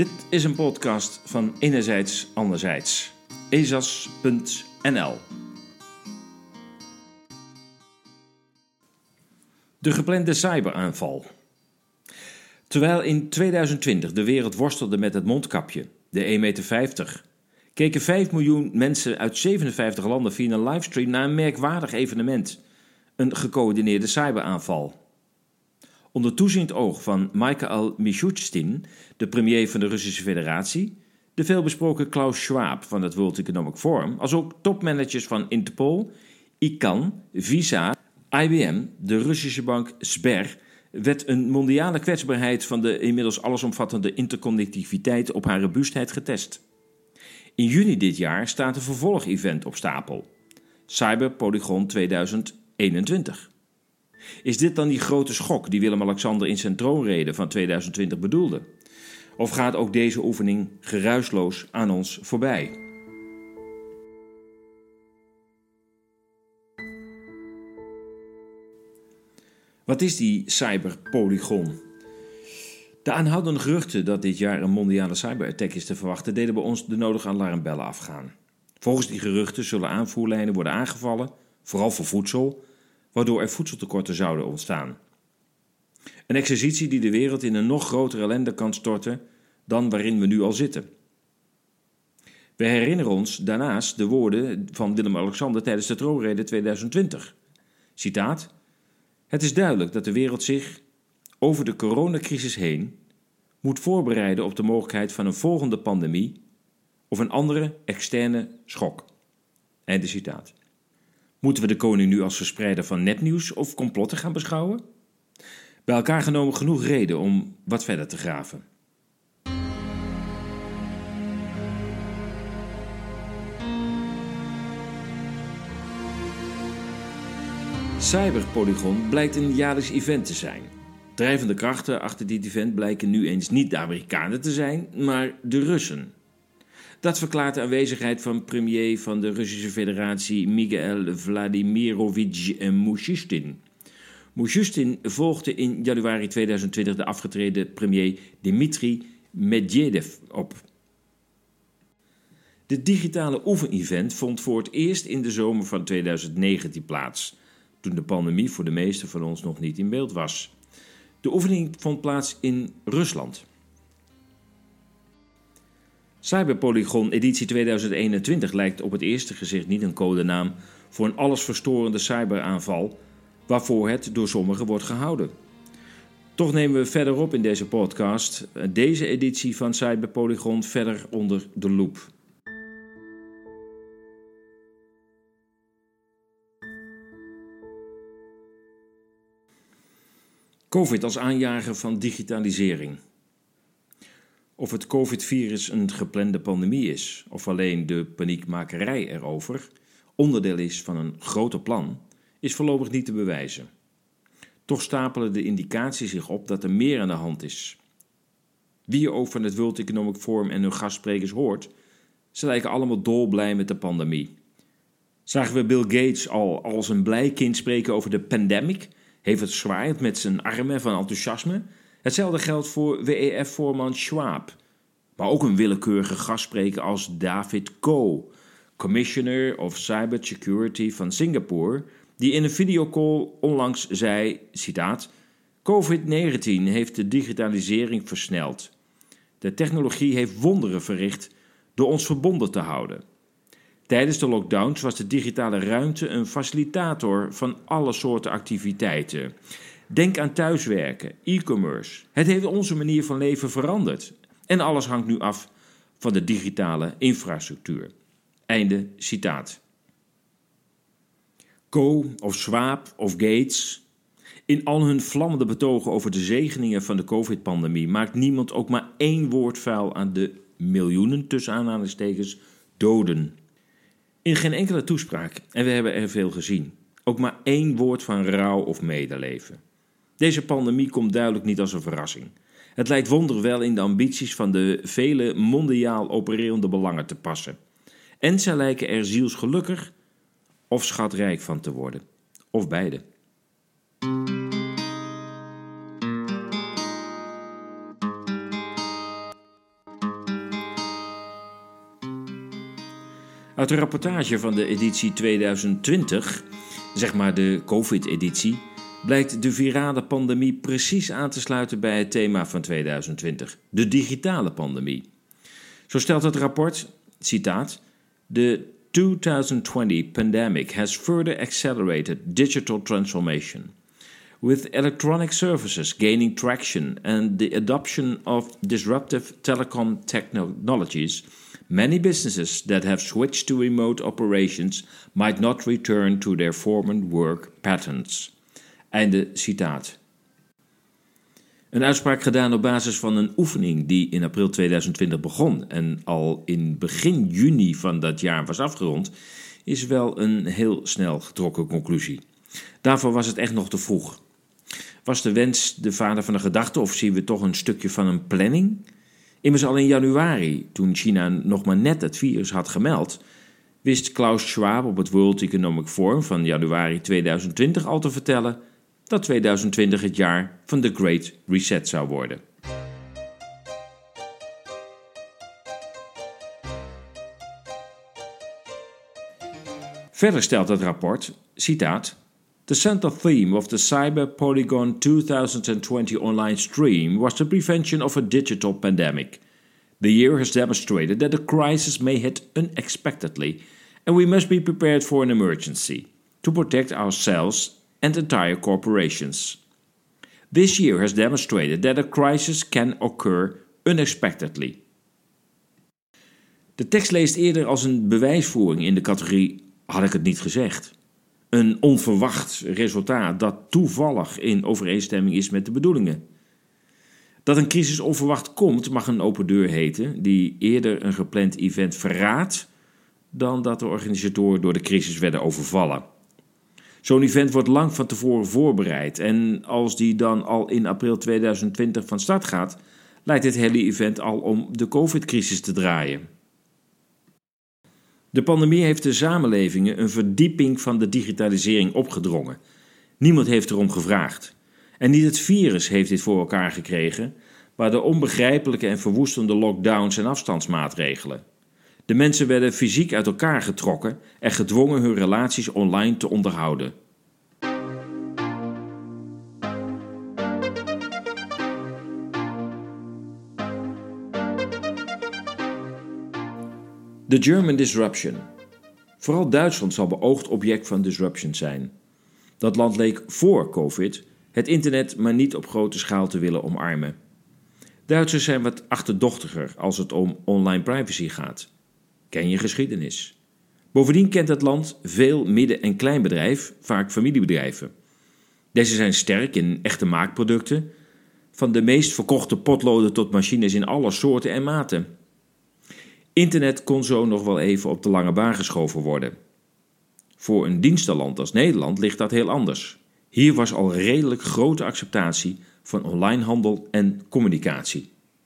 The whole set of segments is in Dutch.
Dit is een podcast van Enerzijds Anderzijds. ezas.nl. De geplande cyberaanval. Terwijl in 2020 de wereld worstelde met het mondkapje, de 1,50 meter, keken 5 miljoen mensen uit 57 landen via een livestream naar een merkwaardig evenement. Een gecoördineerde cyberaanval. Onder toeziend oog van Mikhail Mishustin, de premier van de Russische Federatie, de veelbesproken Klaus Schwab van het World Economic Forum, als ook topmanagers van Interpol, ICANN, Visa, IBM, de Russische bank Sber, werd een mondiale kwetsbaarheid van de inmiddels allesomvattende interconnectiviteit op haar robuustheid getest. In juni dit jaar staat een vervolgevent op stapel. Cyberpolygon 2021. Is dit dan die grote schok die Willem-Alexander in zijn troonrede van 2020 bedoelde? Of gaat ook deze oefening geruisloos aan ons voorbij? Wat is die cyberpolygon? De aanhoudende geruchten dat dit jaar een mondiale cyberattack is te verwachten, deden bij ons de nodige alarmbellen afgaan. Volgens die geruchten zullen aanvoerlijnen worden aangevallen, vooral voor voedsel, waardoor er voedseltekorten zouden ontstaan. Een exercitie die de wereld in een nog grotere ellende kan storten dan waarin we nu al zitten. We herinneren ons daarnaast de woorden van Willem-Alexander tijdens de troonrede 2020. Citaat: "Het is duidelijk dat de wereld zich over de coronacrisis heen moet voorbereiden op de mogelijkheid van een volgende pandemie of een andere externe schok." Einde citaat. Moeten we de koning nu als verspreider van nepnieuws of complotten gaan beschouwen? Bij elkaar genomen genoeg reden om wat verder te graven. Cyberpolygon blijkt een jaarlijks event te zijn. Drijvende krachten achter dit event blijken nu eens niet de Amerikanen te zijn, maar de Russen. Dat verklaart de aanwezigheid van premier van de Russische Federatie Mikhail Vladimirovich Mishustin. Mishustin volgde in januari 2020 de afgetreden premier Dmitri Medvedev op. Dit digitale oefenevent vond voor het eerst in de zomer van 2019 plaats, toen de pandemie voor de meesten van ons nog niet in beeld was. De oefening vond plaats in Rusland. Cyberpolygon editie 2021 lijkt op het eerste gezicht niet een codenaam voor een allesverstorende cyberaanval waarvoor het door sommigen wordt gehouden. Toch nemen we verderop in deze podcast deze editie van Cyberpolygon verder onder de loep. COVID als aanjager van digitalisering. Of het COVID-virus een geplande pandemie is, of alleen de paniekmakerij erover onderdeel is van een groter plan, is voorlopig niet te bewijzen. Toch stapelen de indicaties zich op dat er meer aan de hand is. Wie je ook van het World Economic Forum en hun gastsprekers hoort, ze lijken allemaal dolblij met de pandemie. Zagen we Bill Gates al als een blij kind spreken over de pandemic, heeft het zwaaiend met zijn armen van enthousiasme. Hetzelfde geldt voor WEF-voorman Schwab, maar ook een willekeurige gastspreker als David Koh, Commissioner of Cybersecurity van Singapore, die in een videocall onlangs zei, citaat: "COVID-19 heeft de digitalisering versneld. De technologie heeft wonderen verricht door ons verbonden te houden. Tijdens de lockdowns was de digitale ruimte een facilitator van alle soorten activiteiten. Denk aan thuiswerken, e-commerce. Het heeft onze manier van leven veranderd. En alles hangt nu af van de digitale infrastructuur." Einde citaat. Koh of Schwab of Gates, in al hun vlammende betogen over de zegeningen van de COVID-pandemie maakt niemand ook maar één woord vuil aan de miljoenen, tussen aanhalingstekens, doden. In geen enkele toespraak, en we hebben er veel gezien, ook maar één woord van rouw of medeleven. Deze pandemie komt duidelijk niet als een verrassing. Het lijkt wonderwel in de ambities van de vele mondiaal opererende belangen te passen. En zij lijken er zielsgelukkig of schatrijk van te worden. Of beide. Uit de rapportage van de editie 2020, zeg maar de COVID-editie, blijkt de virale pandemie precies aan te sluiten bij het thema van 2020, de digitale pandemie. Zo stelt het rapport, citaat, "The 2020 pandemic has further accelerated digital transformation, with electronic services gaining traction and the adoption of disruptive telecom technologies. Many businesses that have switched to remote operations might not return to their former work patterns." Einde citaat. Een uitspraak gedaan op basis van een oefening die in april 2020 begon en al in begin juni van dat jaar was afgerond, is wel een heel snel getrokken conclusie. Daarvoor was het echt nog te vroeg. Was de wens de vader van de gedachte of zien we toch een stukje van een planning? Immers al in januari, toen China nog maar net het virus had gemeld, wist Klaus Schwab op het World Economic Forum van januari 2020 al te vertellen dat 2020 het jaar van de Great Reset zou worden. Verder stelt het rapport, citaat, "The central theme of the Cyber Polygon 2020 online stream was the prevention of a digital pandemic. The year has demonstrated that the crisis may hit unexpectedly, and we must be prepared for an emergency to protect ourselves and entire corporations. This year has demonstrated that a crisis can occur unexpectedly." De tekst leest eerder als een bewijsvoering in de categorie "had ik het niet gezegd?" Een onverwacht resultaat dat toevallig in overeenstemming is met de bedoelingen. Dat een crisis onverwacht komt mag een open deur heten die eerder een gepland event verraadt dan dat de organisatoren door de crisis werden overvallen. Zo'n event wordt lang van tevoren voorbereid en als die dan al in april 2020 van start gaat, lijkt het hele event al om de COVID-crisis te draaien. De pandemie heeft de samenlevingen een verdieping van de digitalisering opgedrongen. Niemand heeft erom gevraagd. En niet het virus heeft dit voor elkaar gekregen, maar de onbegrijpelijke en verwoestende lockdowns en afstandsmaatregelen. De mensen werden fysiek uit elkaar getrokken en gedwongen hun relaties online te onderhouden. De German disruption. Vooral Duitsland zal beoogd object van disruption zijn. Dat land leek voor COVID het internet maar niet op grote schaal te willen omarmen. Duitsers zijn wat achterdochtiger als het om online privacy gaat. Ken je geschiedenis. Bovendien kent het land veel midden- en kleinbedrijf, vaak familiebedrijven. Deze zijn sterk in echte maakproducten, van de meest verkochte potloden tot machines in alle soorten en maten. Internet kon zo nog wel even op de lange baan geschoven worden. Voor een dienstenland als Nederland ligt dat heel anders. Hier was al redelijk grote acceptatie van online handel en communicatie.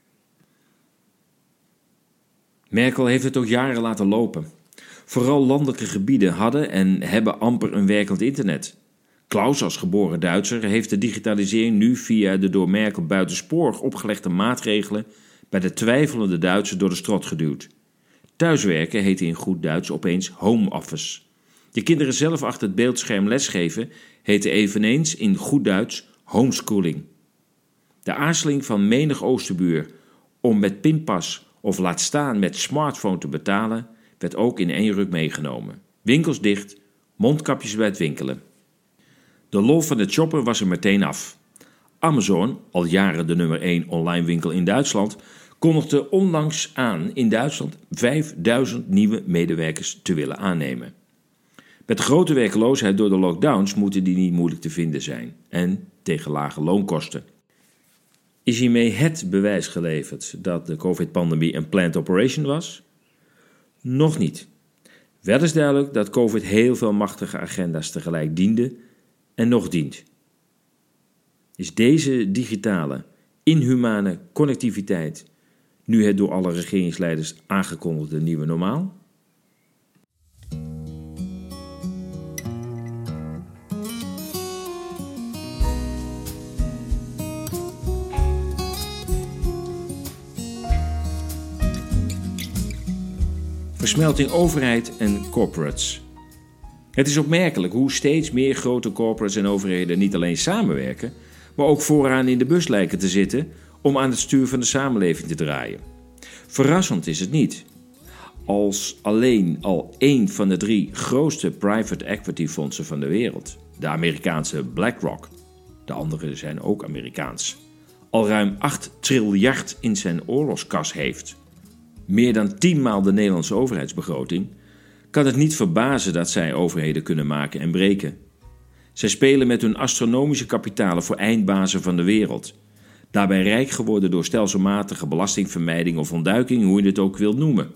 Merkel heeft het ook jaren laten lopen. Vooral landelijke gebieden hadden en hebben amper een werkend internet. Klaus als geboren Duitser heeft de digitalisering nu via de door Merkel buitensporig opgelegde maatregelen bij de twijfelende Duitsers door de strot geduwd. Thuiswerken heette in goed Duits opeens home office. Je kinderen zelf achter het beeldscherm lesgeven heette eveneens in goed Duits homeschooling. De aarzeling van menig Oosterbuur om met pinpas of laat staan met smartphone te betalen werd ook in één ruk meegenomen. Winkels dicht, mondkapjes bij het winkelen. De lol van het shoppen was er meteen af. Amazon, al jaren de nummer 1 online winkel in Duitsland, kondigde onlangs aan in Duitsland 5000 nieuwe medewerkers te willen aannemen. Met de grote werkloosheid door de lockdowns moeten die niet moeilijk te vinden zijn en tegen lage loonkosten. Is hiermee het bewijs geleverd dat de COVID-pandemie een planned operation was? Nog niet. Wel is duidelijk dat COVID heel veel machtige agenda's tegelijk diende en nog dient. Is deze digitale, inhumane connectiviteit nu het door alle regeringsleiders aangekondigde nieuwe normaal? versmelting overheid en corporates. Het is opmerkelijk hoe steeds meer grote corporates en overheden niet alleen samenwerken, maar ook vooraan in de bus lijken te zitten om aan het stuur van de samenleving te draaien. Verrassend is het niet. Als alleen al 1 van de 3 grootste private equity fondsen van de wereld, de Amerikaanse BlackRock, de andere zijn ook Amerikaans, al ruim 8 triljard in zijn oorlogskas heeft, meer dan 10 maal de Nederlandse overheidsbegroting, kan het niet verbazen dat zij overheden kunnen maken en breken. Zij spelen met hun astronomische kapitalen voor eindbazen van de wereld, daarbij rijk geworden door stelselmatige belastingvermijding of ontduiking, hoe je het ook wilt noemen.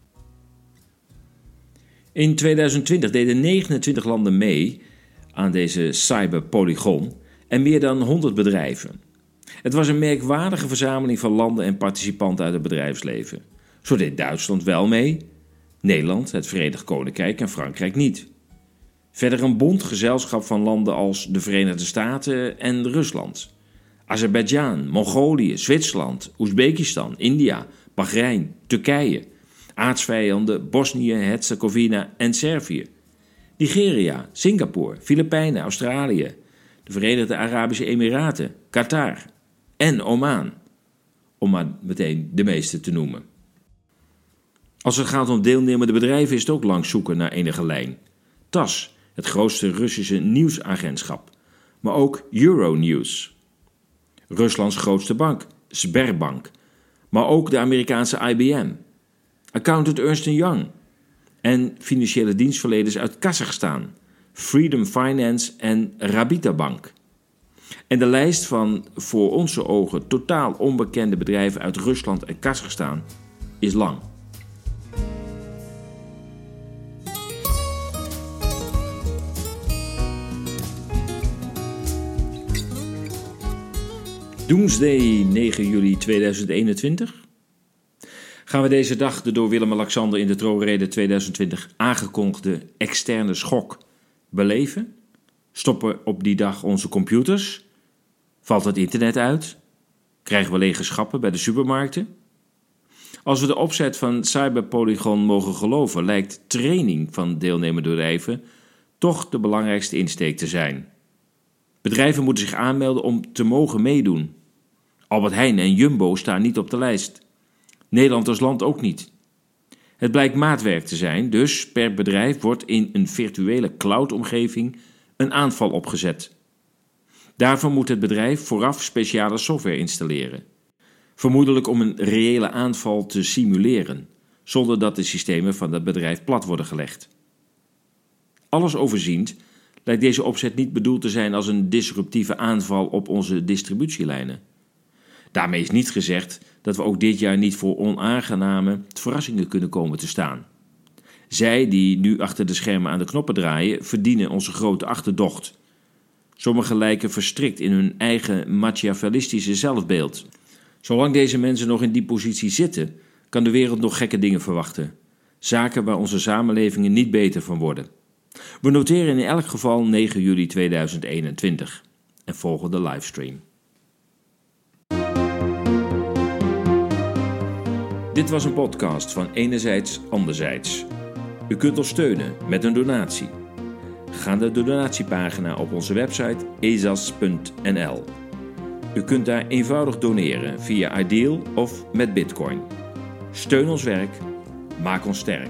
In 2020 deden 29 landen mee aan deze cyberpolygon en meer dan 100 bedrijven. Het was een merkwaardige verzameling van landen en participanten uit het bedrijfsleven. Zo deed Duitsland wel mee, Nederland, het Verenigd Koninkrijk en Frankrijk niet. Verder een bondgezelschap van landen als de Verenigde Staten en Rusland, Azerbeidzjan, Mongolië, Zwitserland, Oezbekistan, India, Bahrein, Turkije, aartsvijanden Bosnië-Herzegovina en Servië, Nigeria, Singapore, Filipijnen, Australië, de Verenigde Arabische Emiraten, Qatar en Oman, om maar meteen de meeste te noemen. Als het gaat om deelnemende bedrijven is het ook lang zoeken naar enige lijn. TASS, het grootste Russische nieuwsagentschap, maar ook Euronews. Ruslands grootste bank, Sberbank, maar ook de Amerikaanse IBM, accountant Ernst & Young en financiële dienstverleners uit Kazachstan, Freedom Finance en Rabita Bank. En de lijst van voor onze ogen totaal onbekende bedrijven uit Rusland en Kazachstan is lang. Doomsday 9 juli 2021. Gaan we deze dag de door Willem-Alexander in de troonrede 2020 aangekondigde externe schok beleven? Stoppen op die dag onze computers? Valt het internet uit? Krijgen we lege schappen bij de supermarkten? Als we de opzet van Cyberpolygon mogen geloven, lijkt training van deelnemende bedrijven toch de belangrijkste insteek te zijn. Bedrijven moeten zich aanmelden om te mogen meedoen. Albert Heijn en Jumbo staan niet op de lijst. Nederland als land ook niet. Het blijkt maatwerk te zijn, dus per bedrijf wordt in een virtuele cloud-omgeving een aanval opgezet. Daarvoor moet het bedrijf vooraf speciale software installeren. Vermoedelijk om een reële aanval te simuleren, zonder dat de systemen van dat bedrijf plat worden gelegd. Alles overziend lijkt deze opzet niet bedoeld te zijn als een disruptieve aanval op onze distributielijnen. Daarmee is niet gezegd dat we ook dit jaar niet voor onaangename verrassingen kunnen komen te staan. Zij die nu achter de schermen aan de knoppen draaien, verdienen onze grote achterdocht. Sommigen lijken verstrikt in hun eigen machiavellistische zelfbeeld. Zolang deze mensen nog in die positie zitten, kan de wereld nog gekke dingen verwachten. Zaken waar onze samenlevingen niet beter van worden. We noteren in elk geval 9 juli 2021 en volgen de livestream. Dit was een podcast van Enerzijds Anderzijds. U kunt ons steunen met een donatie. Ga naar de donatiepagina op onze website ezas.nl. U kunt daar eenvoudig doneren via Ideal of met Bitcoin. Steun ons werk, maak ons sterk.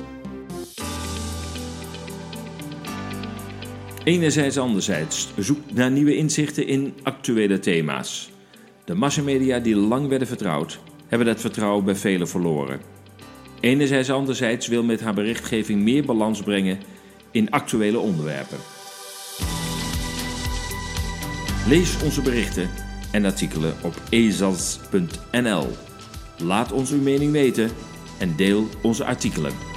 Enerzijds Anderzijds zoekt naar nieuwe inzichten in actuele thema's. De massamedia die lang werden vertrouwd, hebben dat vertrouwen bij velen verloren. Enerzijds Anderzijds wil met haar berichtgeving meer balans brengen in actuele onderwerpen. Lees onze berichten en artikelen op ezas.nl. Laat ons uw mening weten en deel onze artikelen.